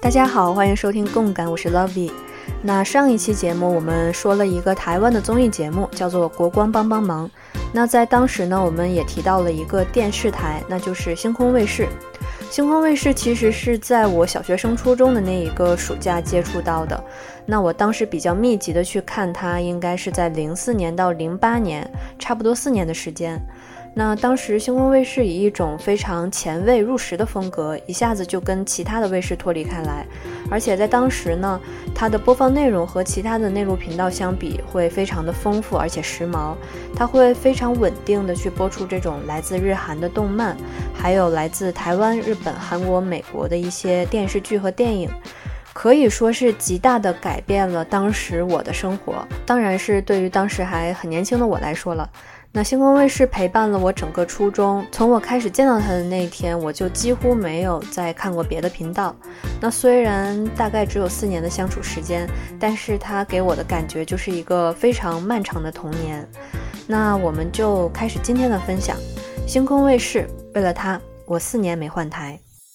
大家好，欢迎收听共感，我是 Lovey。 那上一期节目我们说了一个台湾的综艺节目，叫做国光帮帮忙。那在当时呢，我们也提到了一个电视台，那就是星空卫视。星空卫视其实是在我小学升初中的那一个暑假接触到的，那我当时比较密集的去看它，应该是在04年到08年，差不多4年的时间。那当时星空卫视以一种非常前卫入时的风格，一下子就跟其他的卫视脱离开来，而且在当时呢，它的播放内容和其他的内陆频道相比会非常的丰富而且时髦，它会非常稳定的去播出这种来自日韩的动漫，还有来自台湾、日本、韩国、美国的一些电视剧和电影，可以说是极大的改变了当时我的生活，当然是对于当时还很年轻的我来说了。那星空卫视陪伴了我整个初中，从我开始见到它的那一天，我就几乎没有再看过别的频道。那虽然大概只有4年的相处时间，但是它给我的感觉就是一个非常漫长的童年。那我们就开始今天的分享。星空卫视，为了它，我4年没换台。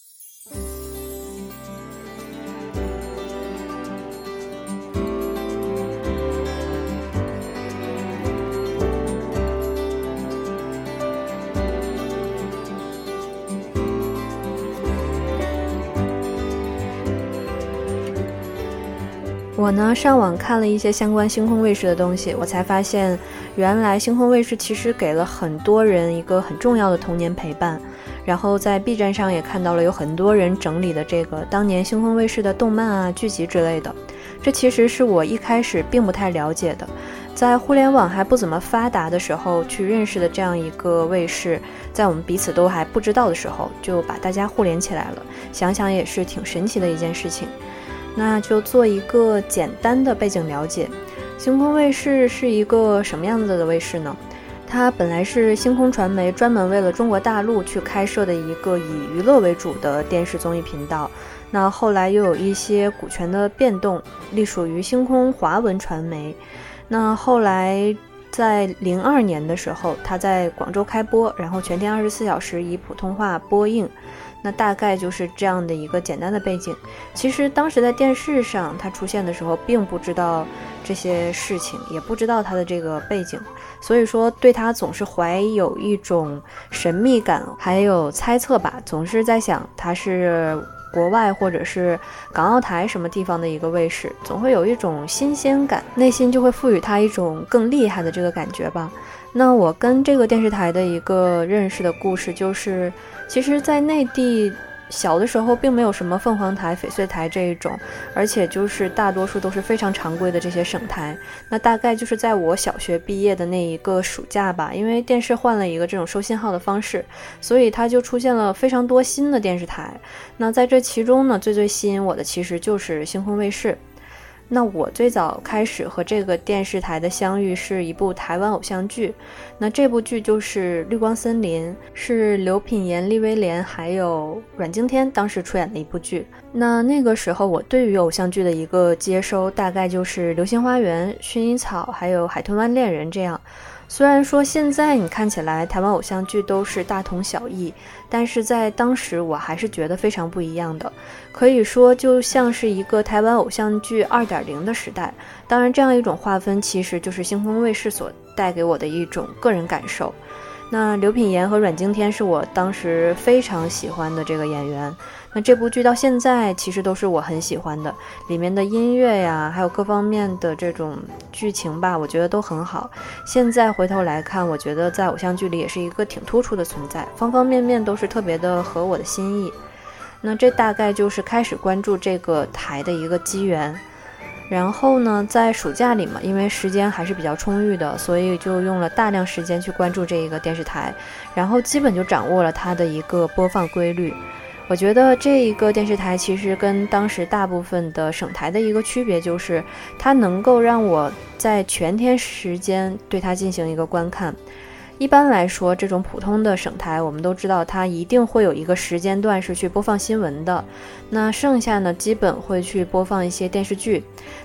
我呢上网看了一些相关星空卫视的东西，我才发现原来星空卫视其实给了很多人一个很重要的童年陪伴。然后在 B 站上也看到了有很多人整理的这个当年星空卫视的动漫啊、剧集之类的，这其实是我一开始并不太了解的，在互联网还不怎么发达的时候去认识的这样一个卫视，在我们彼此都还不知道的时候就把大家互联起来了，想想也是挺神奇的一件事情。那就做一个简单的背景了解。星空卫视是一个什么样子的卫视呢？它本来是星空传媒专门为了中国大陆去开设的一个以娱乐为主的电视综艺频道，那后来又有一些股权的变动，隶属于星空华文传媒。那后来在02年的时候，它在广州开播，然后全天24小时以普通话播映。那大概就是这样的一个简单的背景。其实当时在电视上它出现的时候并不知道这些事情，也不知道它的这个背景，所以说对它总是怀有一种神秘感，还有猜测吧，总是在想它是国外或者是港澳台什么地方的一个卫视，总会有一种新鲜感，内心就会赋予它一种更厉害的这个感觉吧。那我跟这个电视台的一个认识的故事就是，其实在内地小的时候并没有什么凤凰台、翡翠台这一种，而且就是大多数都是非常常规的这些省台。那大概就是在我小学毕业的那一个暑假吧，因为电视换了一个这种收信号的方式，所以它就出现了非常多新的电视台。那在这其中呢，最吸引我的其实就是星空卫视。那我最早开始和这个电视台的相遇是一部台湾偶像剧，那这部剧就是《绿光森林》，是刘品言、利威廉还有阮经天当时出演的一部剧。那个时候我对于偶像剧的一个接收大概就是《流星花园》、《薰衣草》还有《海豚湾恋人》这样。虽然说现在你看起来台湾偶像剧都是大同小异，但是在当时我还是觉得非常不一样的，可以说就像是一个台湾偶像剧 2.0 的时代。当然这样一种划分其实就是星空卫视所带给我的一种个人感受。那刘品言和阮经天是我当时非常喜欢的这个演员，那这部剧到现在其实都是我很喜欢的，里面的音乐呀，还有各方面的这种剧情吧，我觉得都很好。现在回头来看，我觉得在偶像剧里也是一个挺突出的存在，方方面面都是特别的合我的心意。那这大概就是开始关注这个台的一个机缘。然后呢，在暑假里嘛，因为时间还是比较充裕的，所以就用了大量时间去关注这一个电视台，然后基本就掌握了它的一个播放规律。我觉得这一个电视台其实跟当时大部分的省台的一个区别就是，它能够让我在全天时间对它进行一个观看。一般来说，这种普通的省台我们都知道它一定会有一个时间段是去播放新闻的，那剩下呢基本会去播放一些电视剧。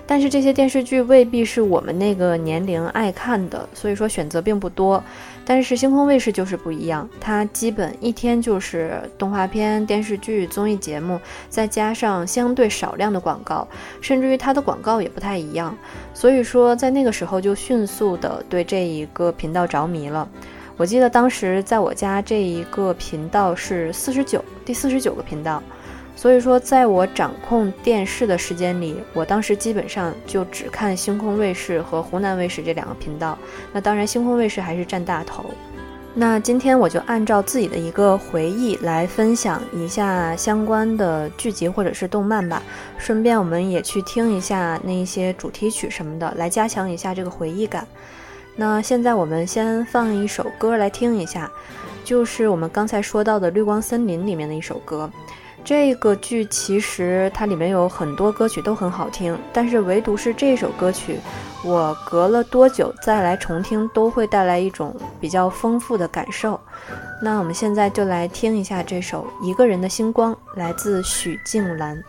但是这些电视剧未必是我们那个年龄爱看的，所以说选择并不多。但是星空卫视就是不一样，它基本一天就是动画片、电视剧、综艺节目，再加上相对少量的广告，甚至于它的广告也不太一样。所以说在那个时候就迅速的对这一个频道着迷了。我记得当时在我家这一个频道是第49个频道，所以说在我掌控电视的时间里，我当时基本上就只看星空卫视和湖南卫视这2个频道，那当然星空卫视还是占大头。那今天我就按照自己的一个回忆来分享一下相关的剧集或者是动漫吧，顺便我们也去听一下那些主题曲什么的，来加强一下这个回忆感。那现在我们先放一首歌来听一下，就是我们刚才说到的《绿光森林》里面的一首歌。这个剧其实它里面有很多歌曲都很好听，但是唯独是这首歌曲，我隔了多久再来重听都会带来一种比较丰富的感受。那我们现在就来听一下这首《一个人的星光》，来自许静兰。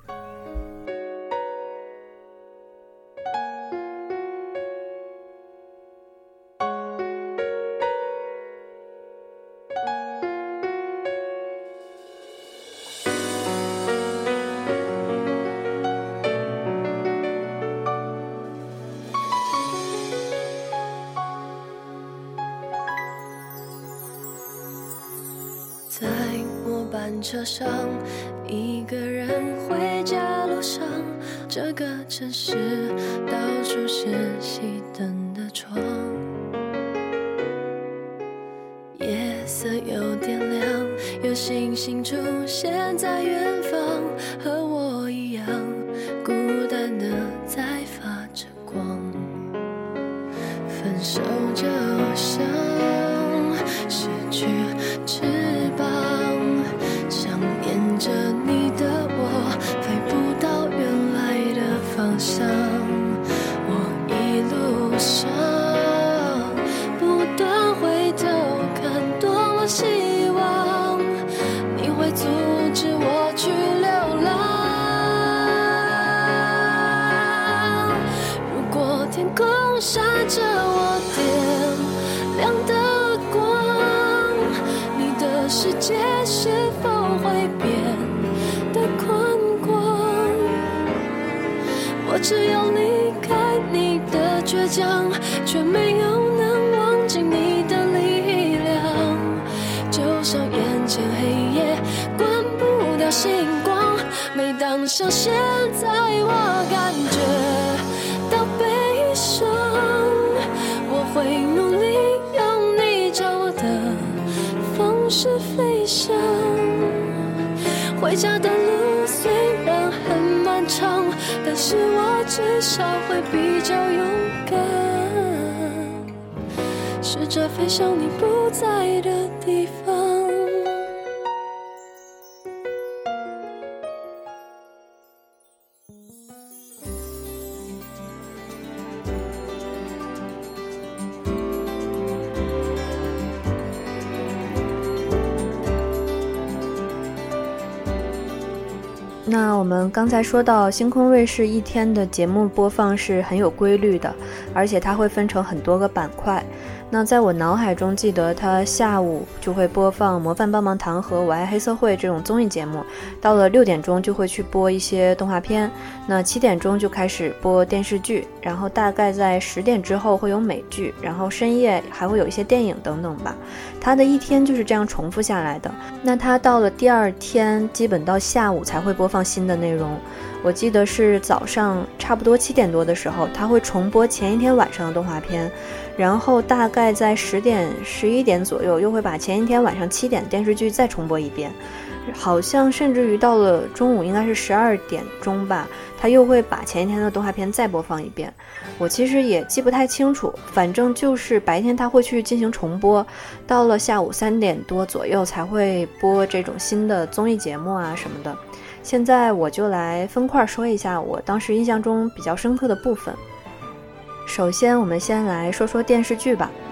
在末班车上，一个人回家路上，这个城市到处是熄灯的窗，夜色有点亮，有星星出现在远方，和我一样孤单的在发着光。分手就像失去翅膀，想念着你的我，飞不到原来的方向。我一路上不断回头看，多么希望你会阻止我去流浪。如果天空闪着我点亮的光，你的世界是否会变得宽广？我只有离开你的倔强，却没有能忘记你的力量。就像眼前黑夜关不掉星光，每当像现在我感觉到悲伤，我会努力用你教我的方式飞翔。回家的路虽然很漫长，但是我至少会比较勇敢，试着飞向你不在的地方。 那我们刚才说到星空卫视一天的节目播放是很有规律的，而且它会分成很多个板块。那在我脑海中记得它下午就会播放模范棒棒糖和我爱黑社会这种综艺节目，到了6点钟就会去播一些动画片，那7点钟就开始播电视剧，然后大概在10点之后会有美剧，然后深夜还会有一些电影等等吧。它的一天就是这样重复下来的。那它到了第二天基本到下午才会播放新的内容，我记得是早上差不多7点多的时候，它会重播前一天晚上的动画片，然后大概在10点11点左右又会把前一天晚上7点电视剧再重播一遍，好像甚至于到了中午应该是12点钟吧，它又会把前一天的动画片再播放一遍。我其实也记不太清楚，反正就是白天它会去进行重播，到了下午3点多左右才会播这种新的综艺节目啊什么的。现在我就来分块说一下我当时印象中比较深刻的部分。首先我们先来说说电视剧吧。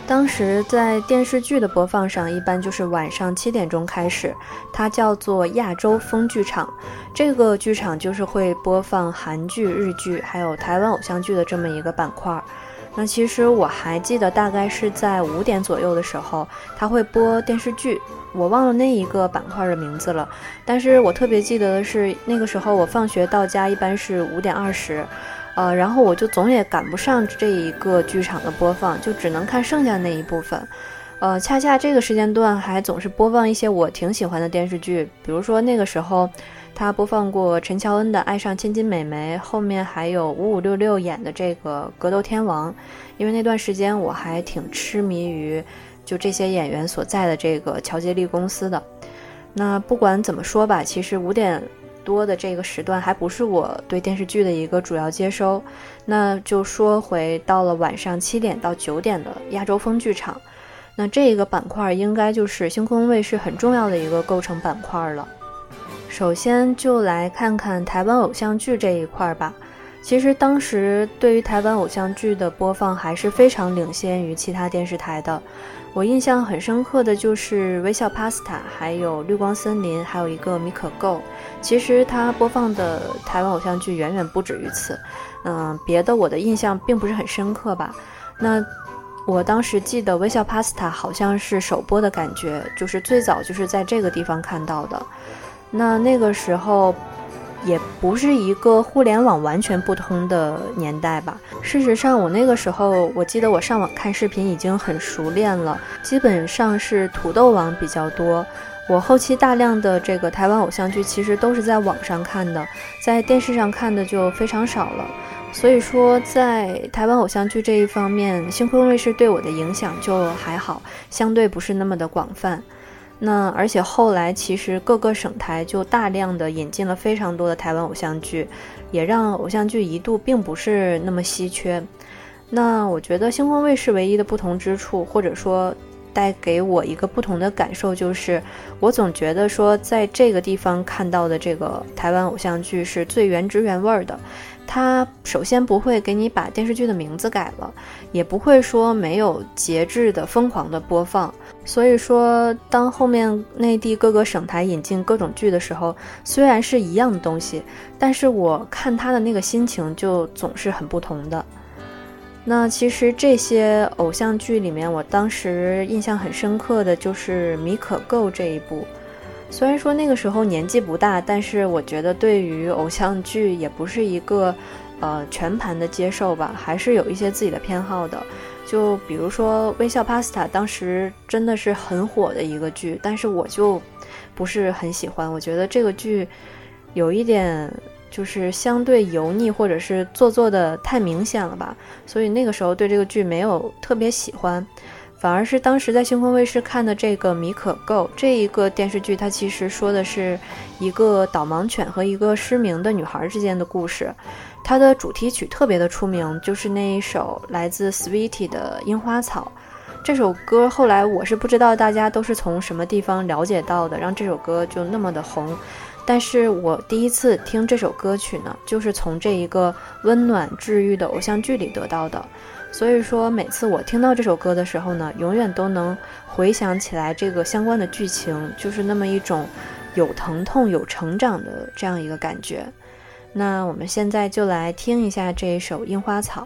当时在电视剧的播放上，一般就是晚上7点钟开始，它叫做亚洲风剧场。这个剧场就是会播放韩剧、日剧还有台湾偶像剧的这么一个板块。那其实我还记得大概是在5点左右的时候，它会播电视剧，我忘了那一个板块的名字了，但是我特别记得的是那个时候我放学到家一般是5点20，然后我就总也赶不上这一个剧场的播放，就只能看剩下那一部分。恰恰这个时间段还总是播放一些我挺喜欢的电视剧，比如说那个时候他播放过陈乔恩的《爱上千金美眉》，后面还有5566演的这个《格斗天王》，因为那段时间我还挺痴迷于就这些演员所在的这个乔杰利公司的。那不管怎么说吧，其实5点多的这个时段还不是我对电视剧的一个主要接收。那就说回到了晚上7点到9点的亚洲风剧场，那这一个板块应该就是星空卫视很重要的一个构成板块了。首先就来看看台湾偶像剧这一块吧。其实当时对于台湾偶像剧的播放还是非常领先于其他电视台的。我印象很深刻的就是微笑 Pasta， 还有绿光森林，还有一个米可够。其实它播放的台湾偶像剧远远不止于此。别的我的印象并不是很深刻吧。那我当时记得微笑 Pasta 好像是首播的感觉，就是最早就是在这个地方看到的。那个时候也不是一个互联网完全不通的年代吧。事实上我那个时候我记得我上网看视频已经很熟练了，基本上是土豆网比较多。我后期大量的这个台湾偶像剧其实都是在网上看的，在电视上看的就非常少了。所以说在台湾偶像剧这一方面，星空卫视对我的影响就还好，相对不是那么的广泛。那而且后来其实各个省台就大量的引进了非常多的台湾偶像剧，也让偶像剧一度并不是那么稀缺。那我觉得星空卫视唯一的不同之处，或者说带给我一个不同的感受，就是我总觉得说在这个地方看到的这个台湾偶像剧是最原汁原味的。它首先不会给你把电视剧的名字改了，也不会说没有节制的疯狂的播放。所以说当后面内地各个省台引进各种剧的时候，虽然是一样的东西，但是我看它的那个心情就总是很不同的。那其实这些偶像剧里面，我当时印象很深刻的就是米可够这一部。虽然说那个时候年纪不大，但是我觉得对于偶像剧也不是一个全盘的接受吧，还是有一些自己的偏好的。就比如说微笑 Pasta 当时真的是很火的一个剧，但是我就不是很喜欢，我觉得这个剧有一点就是相对油腻，或者是做的太明显了吧，所以那个时候对这个剧没有特别喜欢。反而是当时在星空卫视看的这个米可够这一个电视剧，它其实说的是一个导盲犬和一个失明的女孩之间的故事。它的主题曲特别的出名，就是那一首来自 Sweetie 的樱花草。这首歌后来我是不知道大家都是从什么地方了解到的，让这首歌就那么的红。但是我第一次听这首歌曲呢，就是从这一个温暖治愈的偶像剧里得到的。所以说每次我听到这首歌的时候呢，永远都能回想起来这个相关的剧情，就是那么一种有疼痛有成长的这样一个感觉。那我们现在就来听一下这一首樱花草。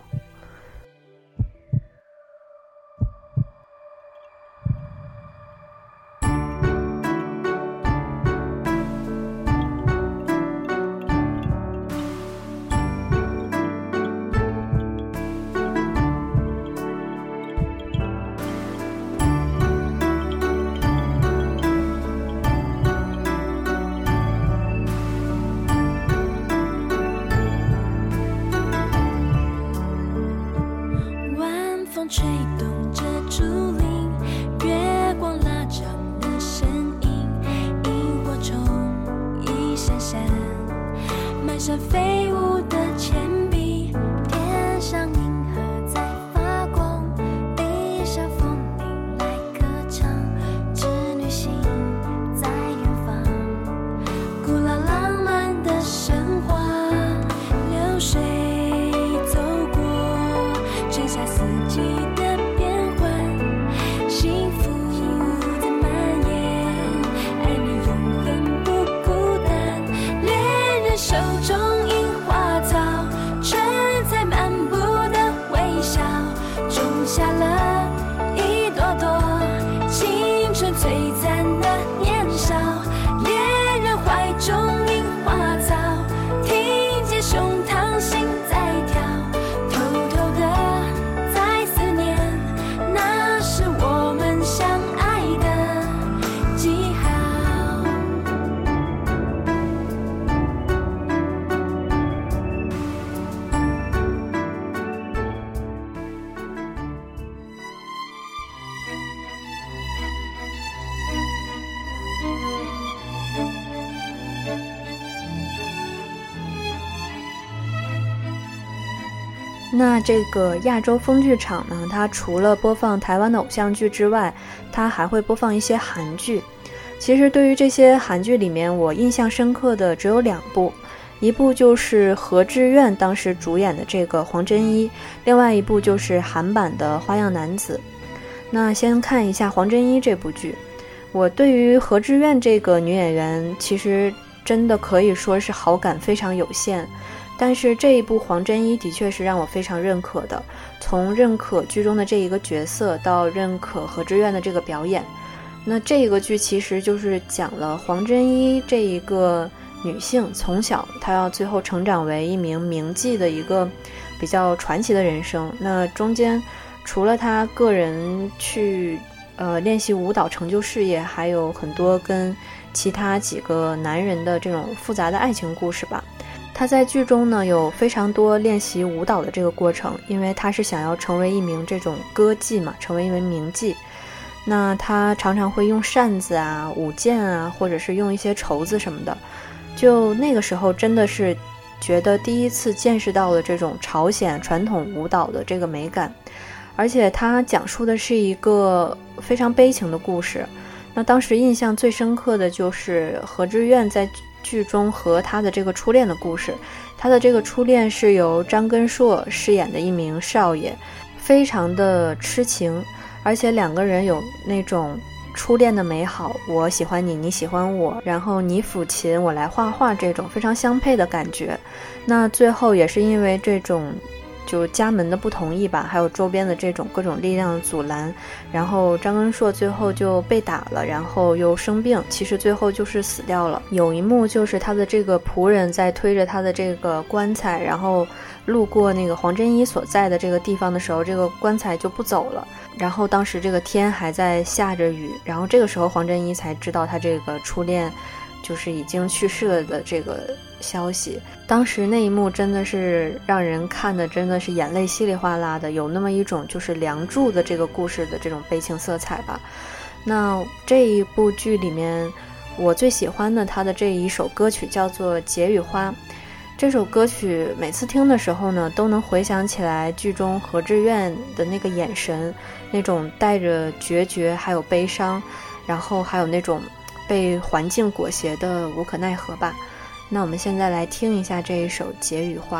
那这个亚洲风剧场呢，它除了播放台湾的偶像剧之外，它还会播放一些韩剧。其实对于这些韩剧里面，我印象深刻的只有2部，一部就是何志苑当时主演的这个黄真一，另外一部就是韩版的《花样男子》。那先看一下黄真一这部剧，我对于何志苑这个女演员其实真的可以说是好感非常有限，但是这一部黄真一的确是让我非常认可的，从认可剧中的这一个角色到认可何志苑的这个表演。那这个剧其实就是讲了黄真一这一个女性从小她要最后成长为一名名妓的一个比较传奇的人生。那中间除了她个人去练习舞蹈成就事业，还有很多跟其他几个男人的这种复杂的爱情故事吧。他在剧中呢有非常多练习舞蹈的这个过程，因为他是想要成为一名这种歌妓嘛，成为一名名妓。那他常常会用扇子啊、舞剑啊，或者是用一些绸子什么的。就那个时候真的是觉得第一次见识到了这种朝鲜传统舞蹈的这个美感。而且他讲述的是一个非常悲情的故事。那当时印象最深刻的就是何志苑在剧中和他的这个初恋的故事。他的这个初恋是由张根硕饰演的一名少爷，非常的痴情，而且2个人有那种初恋的美好，我喜欢你，你喜欢我，然后你抚琴，我来画画，这种非常相配的感觉。那最后也是因为这种就家门的不同意吧，还有周边的这种各种力量的阻拦，然后张根硕最后就被打了，然后又生病，其实最后就是死掉了。有一幕就是他的这个仆人在推着他的这个棺材，然后路过那个黄真一所在的这个地方的时候，这个棺材就不走了，然后当时这个天还在下着雨，然后这个时候黄真一才知道他这个初恋就是已经去世了的这个消息。当时那一幕真的是让人看的真的是眼泪稀里哗啦的，有那么一种就是梁祝的这个故事的这种悲情色彩吧。那这一部剧里面我最喜欢的他的这一首歌曲叫做《解语花》。这首歌曲每次听的时候呢，都能回想起来剧中何志苑的那个眼神，那种带着决绝还有悲伤，然后还有那种被环境裹挟的无可奈何吧。那我们现在来听一下这一首《解语花》。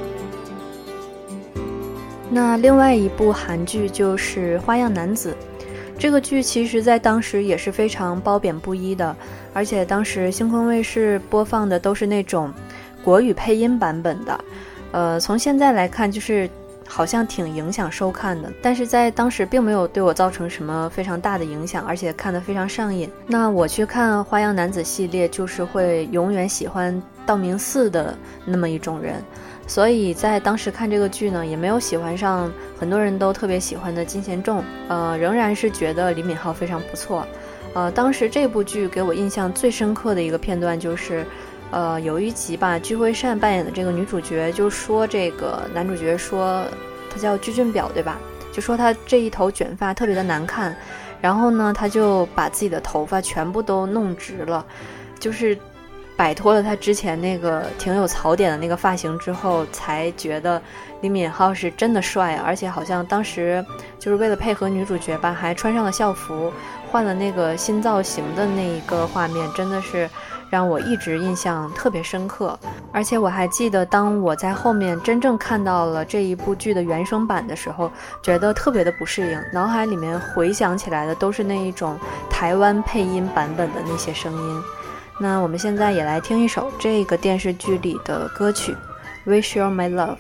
那另外一部韩剧就是《花样男子》。 这个剧其实在当时也是非常褒贬不一的，而且当时星空卫视播放的都是那种国语配音版本的，从现在来看就是好像挺影响收看的，但是在当时并没有对我造成什么非常大的影响，而且看得非常上瘾。那我去看花样男子系列，就是会永远喜欢道明寺的那么一种人，所以在当时看这个剧呢，也没有喜欢上很多人都特别喜欢的金贤重，仍然是觉得李敏镐非常不错。当时这部剧给我印象最深刻的一个片段就是有一集吧，具惠善扮演的这个女主角就说这个男主角说他叫具俊表对吧，就说他这一头卷发特别的难看，然后呢他就把自己的头发全部都弄直了，就是摆脱了他之前那个挺有槽点的那个发型之后，才觉得李敏镐是真的帅，而且好像当时就是为了配合女主角吧，还穿上了校服，换了那个新造型的那一个画面，真的是让我一直印象特别深刻。而且我还记得当我在后面真正看到了这一部剧的原声版的时候，觉得特别的不适应，脑海里面回想起来的都是那一种台湾配音版本的那些声音。那我们现在也来听一首这个电视剧里的歌曲 Wish You My Love。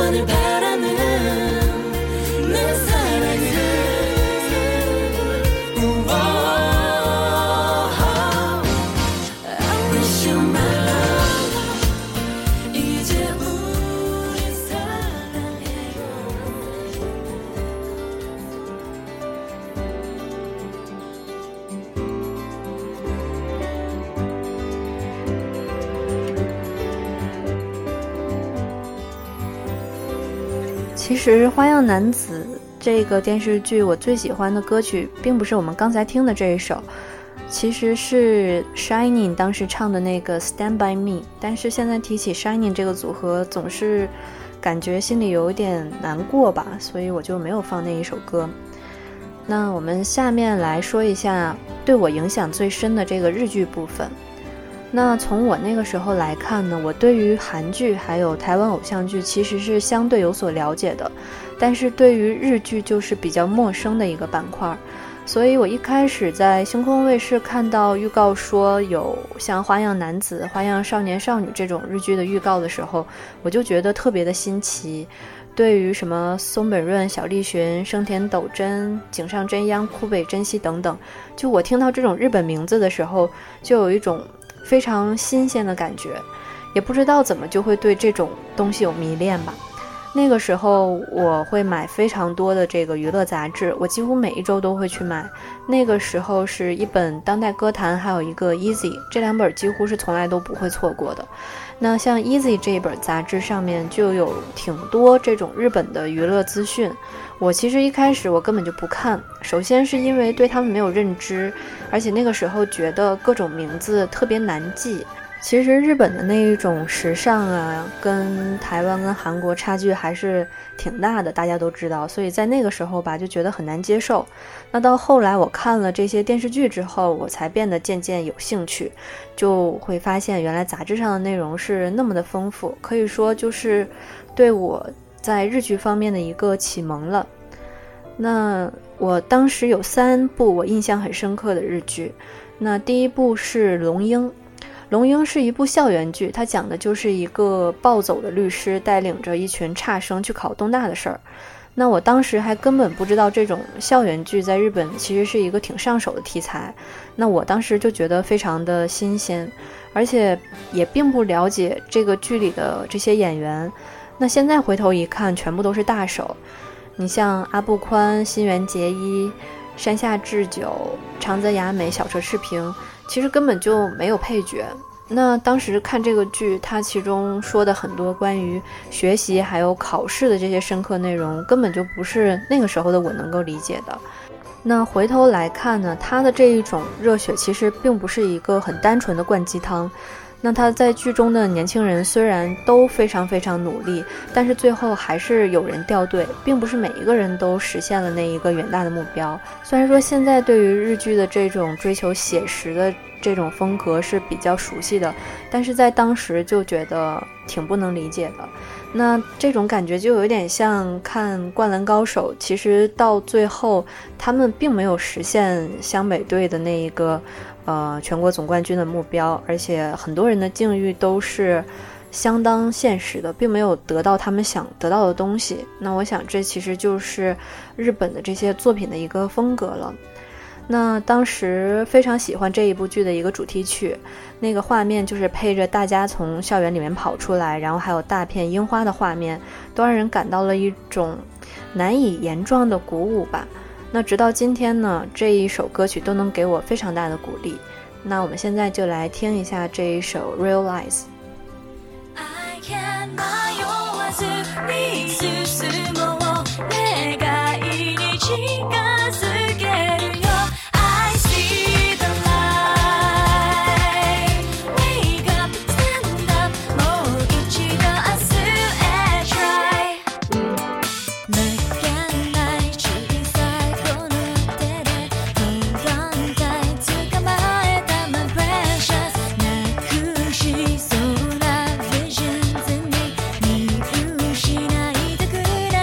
너만을 바라는 내 사랑을 I wish you my love 이제 우리 사랑해요 其实《花样男子》这个电视剧，我最喜欢的歌曲并不是我们刚才听的这一首，其实是 Shining 当时唱的那个 Stand By Me。但是现在提起 Shining 这个组合，总是感觉心里有点难过吧，所以我就没有放那一首歌。那我们下面来说一下对我影响最深的这个日剧部分。那从我那个时候来看呢，我对于韩剧还有台湾偶像剧其实是相对有所了解的，但是对于日剧就是比较陌生的一个板块。所以我一开始在星空卫视看到预告说有像《花样男子》《花样少年少女》这种日剧的预告的时候，我就觉得特别的新奇。对于什么松本润、小栗旬、生田斗真、井上真央、枯北真希等等，就我听到这种日本名字的时候，就有一种非常新鲜的感觉，也不知道怎么就会对这种东西有迷恋吧。那个时候我会买非常多的这个娱乐杂志，我几乎每一周都会去买。那个时候是一本《当代歌坛》还有一个 Easy， 这两本几乎是从来都不会错过的。那像 Easy 这一本杂志上面就有挺多这种日本的娱乐资讯，我其实一开始我根本就不看，首先是因为对他们没有认知，而且那个时候觉得各种名字特别难记。其实日本的那一种时尚啊，跟台湾跟韩国差距还是挺大的，大家都知道，所以在那个时候吧，就觉得很难接受。那到后来我看了这些电视剧之后，我才变得渐渐有兴趣，就会发现原来杂志上的内容是那么的丰富，可以说就是对我在日剧方面的一个启蒙了。那我当时有3部我印象很深刻的日剧，那第一部是《龙樱》。龙樱是一部校园剧，它讲的就是一个暴走的律师带领着一群差生去考东大的事儿。那我当时还根本不知道这种校园剧在日本其实是一个挺上手的题材，那我当时就觉得非常的新鲜，而且也并不了解这个剧里的这些演员。那现在回头一看，全部都是大手，你像阿部宽、新垣结衣、山下智久、长泽雅美、小车赤平，其实根本就没有配角。那当时看这个剧，它其中说的很多关于学习还有考试的这些深刻内容，根本就不是那个时候的我能够理解的。那回头来看呢，它的这一种热血其实并不是一个很单纯的灌鸡汤。那他在剧中的年轻人虽然都非常非常努力，但是最后还是有人掉队，并不是每一个人都实现了那一个远大的目标。虽然说现在对于日剧的这种追求写实的这种风格是比较熟悉的，但是在当时就觉得挺不能理解的。那这种感觉就有点像看《灌篮高手》，其实到最后他们并没有实现湘北队的那一个全国总冠军的目标，而且很多人的境遇都是相当现实的，并没有得到他们想得到的东西。那我想这其实就是日本的这些作品的一个风格了。那当时非常喜欢这一部剧的一个主题曲，那个画面就是配着大家从校园里面跑出来，然后还有大片樱花的画面，都让人感到了一种难以言状的鼓舞吧。那直到今天呢，这一首歌曲都能給我非常大的鼓励。那我们现在就来聽一下这一首 Realize。 I can't迷わずに進もう願いに近づけるよ I see the light Wake up, stand up もう一度明日へ try 曲げない小さいこの手で不安体捕まえた My precious なくしそうな visions に見失いたくな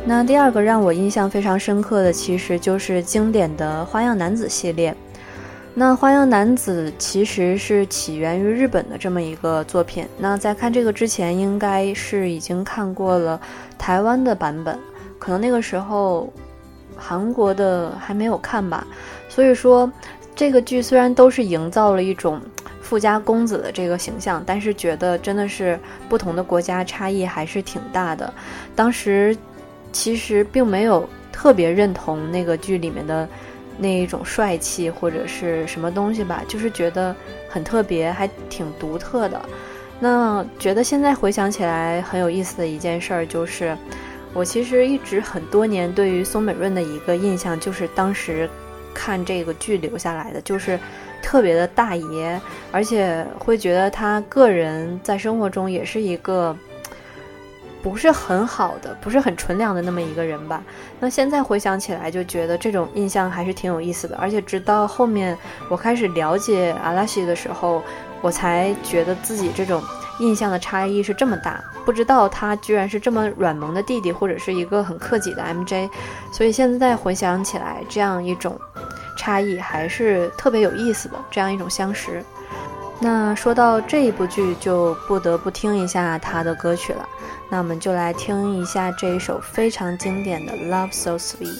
那第二个让我印象非常深刻的，其实就是经典的花样男子系列。那花样男子其实是起源于日本的这么一个作品，那在看这个之前应该是已经看过了台湾的版本，可能那个时候韩国的还没有看吧。所以说这个剧虽然都是营造了一种富家公子的这个形象，但是觉得真的是不同的国家差异还是挺大的。当时其实并没有特别认同那个剧里面的那一种帅气或者是什么东西吧，就是觉得很特别，还挺独特的。那觉得现在回想起来很有意思的一件事儿，就是我其实一直很多年对于松本润的一个印象，就是当时看这个剧留下来的，就是特别的大爷，而且会觉得他个人在生活中也是一个不是很好的，不是很纯良的那么一个人吧。那现在回想起来就觉得这种印象还是挺有意思的，而且直到后面我开始了解阿拉西的时候，我才觉得自己这种印象的差异是这么大，不知道他居然是这么软萌的弟弟，或者是一个很克己的 MJ。 所以现在回想起来，这样一种差异还是特别有意思的，这样一种相识。那说到这一部剧，就不得不听一下他的歌曲了。那我们就来听一下这一首非常经典的 Love So Sweet。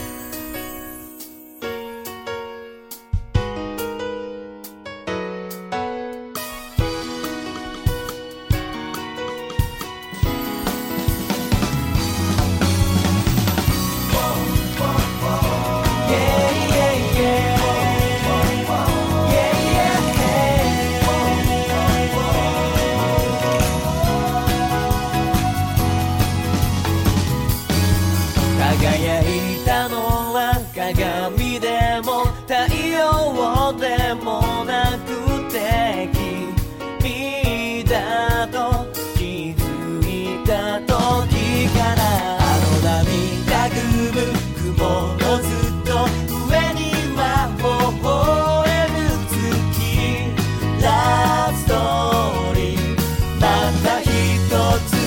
輝いたのは鏡でも太陽でもなくて君だと気づいた時からあの涙ぐむ雲のずっと上には微笑む月ラブストーリーまた一つ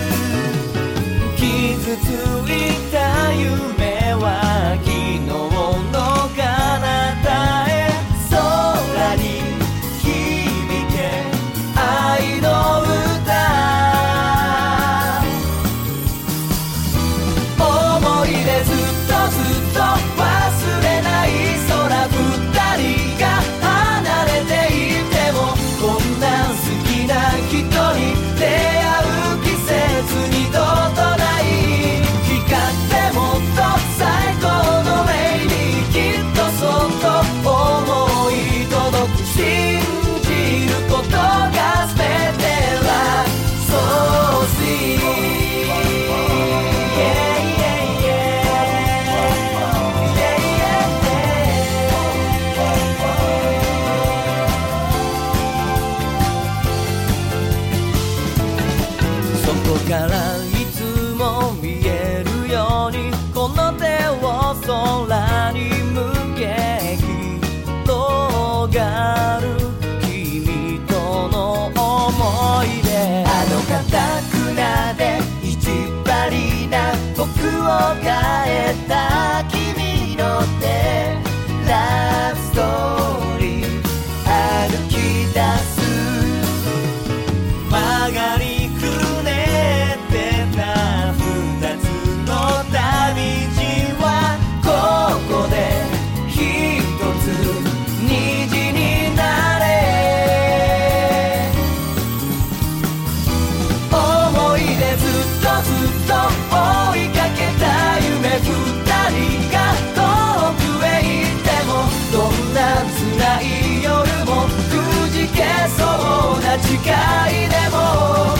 傷ついた夢は昨日の彼方へ空に響け愛の歌思い出ずっとずっと忘れない空二人が離れていてもこんな好きな人に出会う季節にどとない光ってもっと最高のメイにきっとそっと思い届く信じることが全ては So sweet yeah, yeah, yeah. Yeah, yeah. 外からいつも見えるようにこの手を空に向け広がる君との思い出あの固くなで意地張りな僕を変えた君の手ラブストーリー歩き出す曲がりくねってた二つの旅路はここで一つ虹になれ思い出ずっとずっと追いかけた夢二人が遠くへ行ってもどんな辛い夜もくじけそうな誓いでも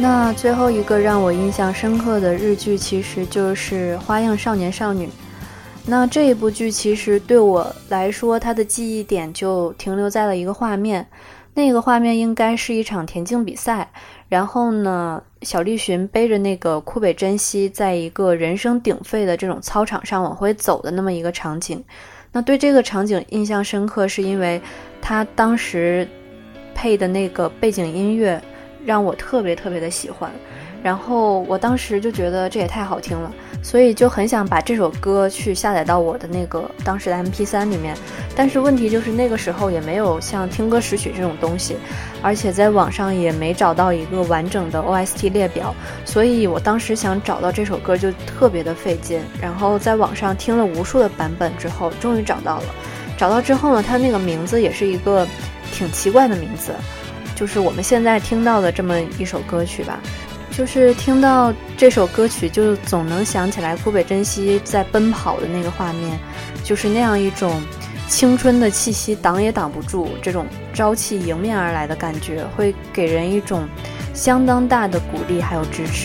那最后一个让我印象深刻的日剧其实就是《花样少年少女》。那这一部剧其实对我来说，它的记忆点就停留在了一个画面，那个画面应该是一场田径比赛，然后呢，小栗旬背着那个库北真希在一个人声鼎沸的这种操场上往回走的那么一个场景。那对这个场景印象深刻，是因为他当时配的那个背景音乐让我特别的喜欢，然后我当时就觉得这也太好听了，所以就很想把这首歌去下载到我的那个当时的 MP3 里面。但是问题就是那个时候也没有像听歌识曲这种东西，而且在网上也没找到一个完整的 OST 列表，所以我当时想找到这首歌就特别的费劲。然后在网上听了无数的版本之后，终于找到了。找到之后呢，它那个名字也是一个挺奇怪的名字，就是我们现在听到的这么一首歌曲吧。就是听到这首歌曲就总能想起来库北真希在奔跑的那个画面，就是那样一种青春的气息挡也挡不住，这种朝气迎面而来的感觉，会给人一种相当大的鼓励还有支持。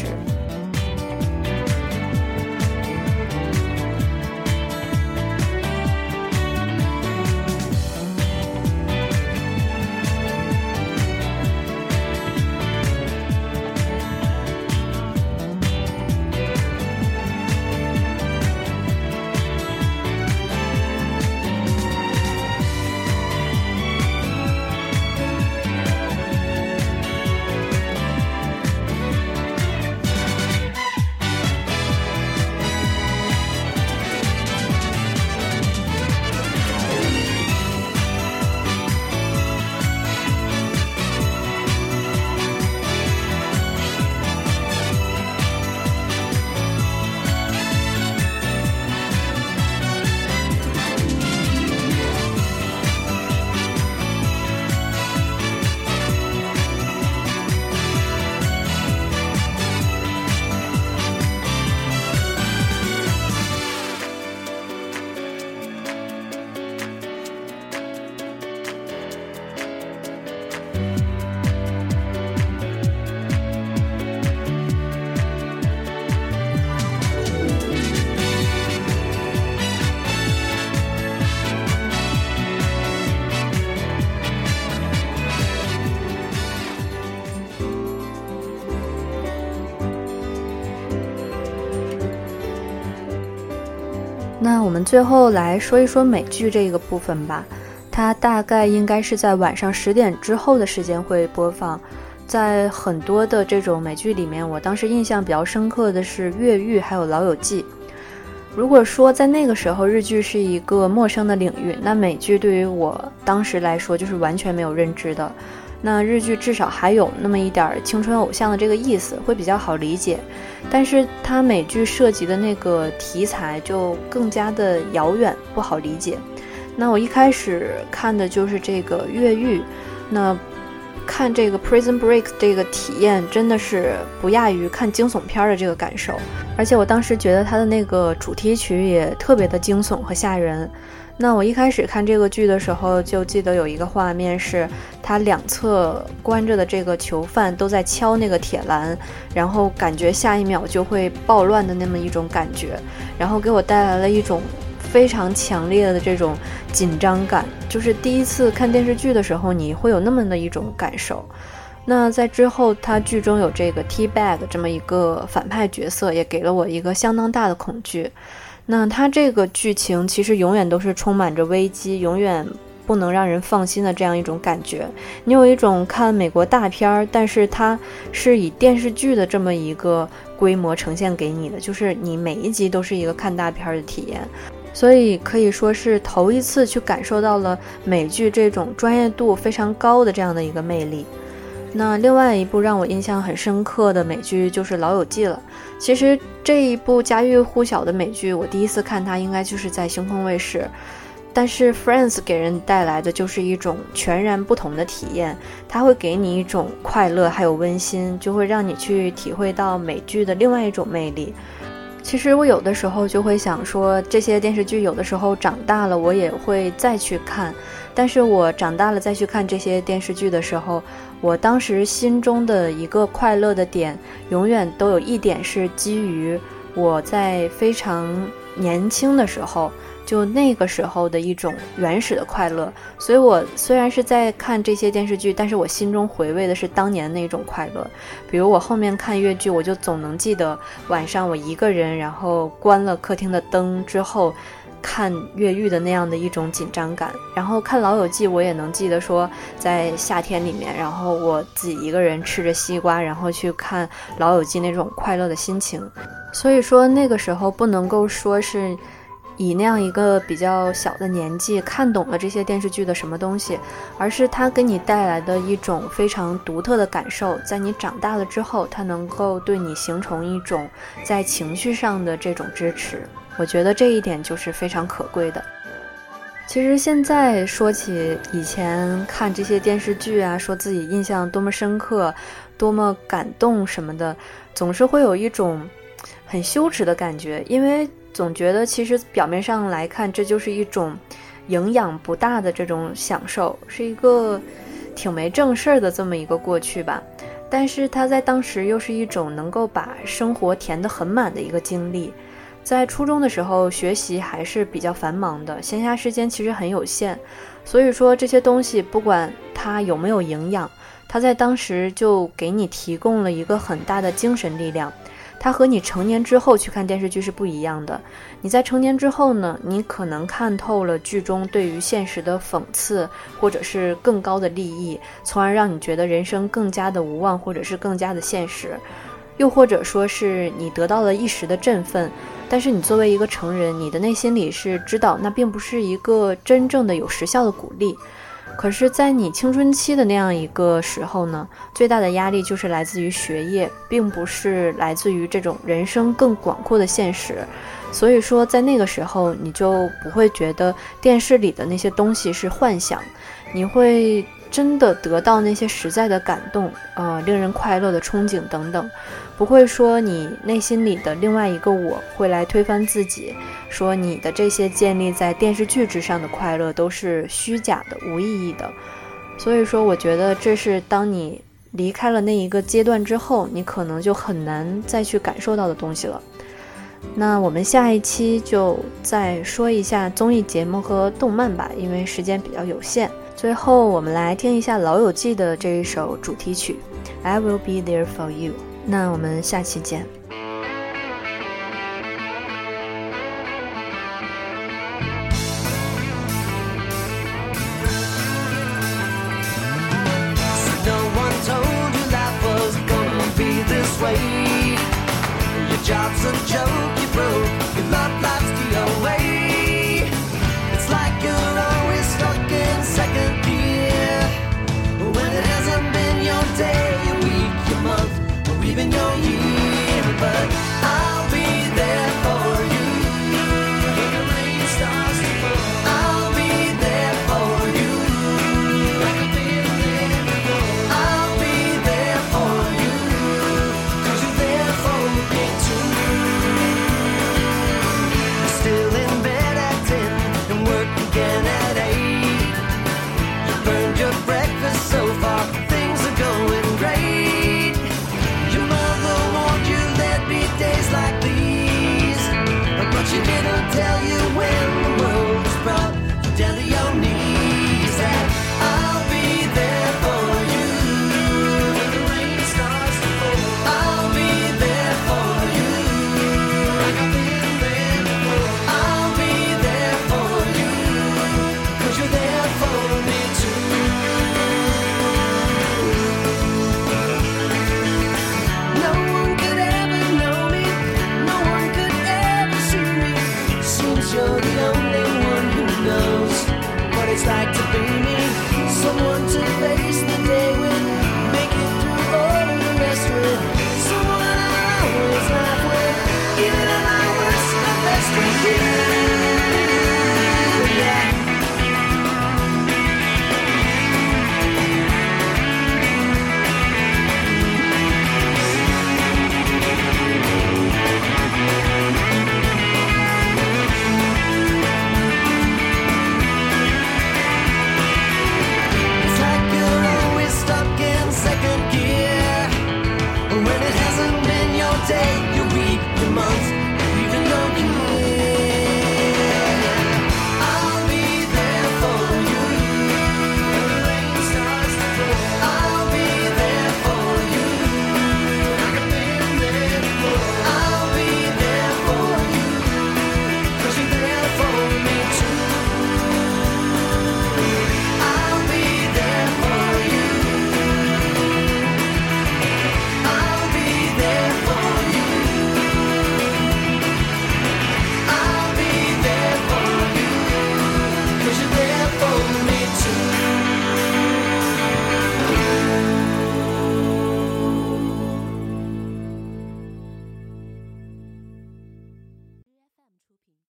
那我们最后来说一说美剧这个部分吧，它大概应该是在晚上10点之后的时间会播放。在很多的这种美剧里面，我当时印象比较深刻的是《越狱》还有《老友记》。如果说在那个时候日剧是一个陌生的领域，那美剧对于我当时来说就是完全没有认知的。那日剧至少还有那么一点青春偶像的这个意思，会比较好理解，但是它美剧涉及的那个题材就更加的遥远，不好理解。那我一开始看的就是这个越狱，那看这个 Prison Break 这个体验真的是不亚于看惊悚片的这个感受，而且我当时觉得它的那个主题曲也特别的惊悚和吓人。那我一开始看这个剧的时候就记得有一个画面是他两侧关着的这个囚犯都在敲那个铁栏，然后感觉下一秒就会暴乱的那么一种感觉，然后给我带来了一种非常强烈的这种紧张感，就是第一次看电视剧的时候你会有那么的一种感受。那在之后他剧中有这个 T-Bag 这么一个反派角色，也给了我一个相当大的恐惧。那它这个剧情其实永远都是充满着危机，永远不能让人放心的这样一种感觉。你有一种看美国大片，但是它是以电视剧的这么一个规模呈现给你的，就是你每一集都是一个看大片的体验。所以可以说是头一次去感受到了美剧这种专业度非常高的这样的一个魅力。那另外一部让我印象很深刻的美剧就是《老友记》了。其实这一部家喻户晓的美剧，我第一次看它应该就是在星空卫视，但是 Friends 给人带来的就是一种全然不同的体验，它会给你一种快乐还有温馨，就会让你去体会到美剧的另外一种魅力。 其实我有的时候就会想说，这些电视剧有的时候长大了我也会再去看，但是我长大了再去看这些电视剧的时候，我当时心中的一个快乐的点永远都有一点是基于我在非常年轻的时候，就那个时候的一种原始的快乐。所以我虽然是在看这些电视剧，但是我心中回味的是当年那种快乐。比如我后面看越剧，我就总能记得晚上我一个人，然后关了客厅的灯之后看越狱的那样的一种紧张感。然后看老友记，我也能记得说在夏天里面，然后我自己一个人吃着西瓜，然后去看老友记那种快乐的心情。所以说那个时候不能够说是以那样一个比较小的年纪看懂了这些电视剧的什么东西，而是它给你带来的一种非常独特的感受，在你长大了之后，它能够对你形成一种在情绪上的这种支持。我觉得这一点就是非常可贵的。其实现在说起以前看这些电视剧啊，说自己印象多么深刻，多么感动什么的，总是会有一种很羞耻的感觉，因为总觉得其实表面上来看，这就是一种营养不大的这种享受，是一个挺没正事儿的这么一个过去吧。但是它在当时又是一种能够把生活填得很满的一个经历。在初中的时候，学习还是比较繁忙的，闲暇时间其实很有限，所以说这些东西不管它有没有营养，它在当时就给你提供了一个很大的精神力量。它和你成年之后去看电视剧是不一样的。你在成年之后呢，你可能看透了剧中对于现实的讽刺，或者是更高的利益，从而让你觉得人生更加的无望，或者是更加的现实。又或者说是你得到了一时的振奋，但是你作为一个成人，你的内心里是知道那并不是一个真正的有实效的鼓励。可是在你青春期的那样一个时候呢，最大的压力就是来自于学业，并不是来自于这种人生更广阔的现实。所以说在那个时候，你就不会觉得电视里的那些东西是幻想，你会真的得到那些实在的感动，令人快乐的憧憬等等。不会说你内心里的另外一个我会来推翻自己，说你的这些建立在电视剧之上的快乐都是虚假的、无意义的。所以说我觉得这是当你离开了那一个阶段之后，你可能就很难再去感受到的东西了。那我们下一期就再说一下综艺节目和动漫吧，因为时间比较有限。最后我们来听一下老友记的这一首主题曲 I Will Be There For You。 那我们下期见。 Job's a joke, you broke, your love life's the away. It's like you're always stuck in second gear, when it hasn't been your day, your week, your month, or even your year. But I'll be there for you when the rain starts to fall. I'll be there for you like I've been there before. I'll be there for you 'cause you're there for me too. Still in bed at 10 and work again at 8. You burned your breakfast so far, things are going great. Your mother warned you there'd be days like these, but she didn't tell you when the world was brought down to your knees. And I'll be there for you when the rain starts to fall. I'll be there for you like I've been there before. I'll be there for you 'cause you're there for me too. No one could ever know me, no one could ever see me. Seems you're the only one who knows what it's like to be me.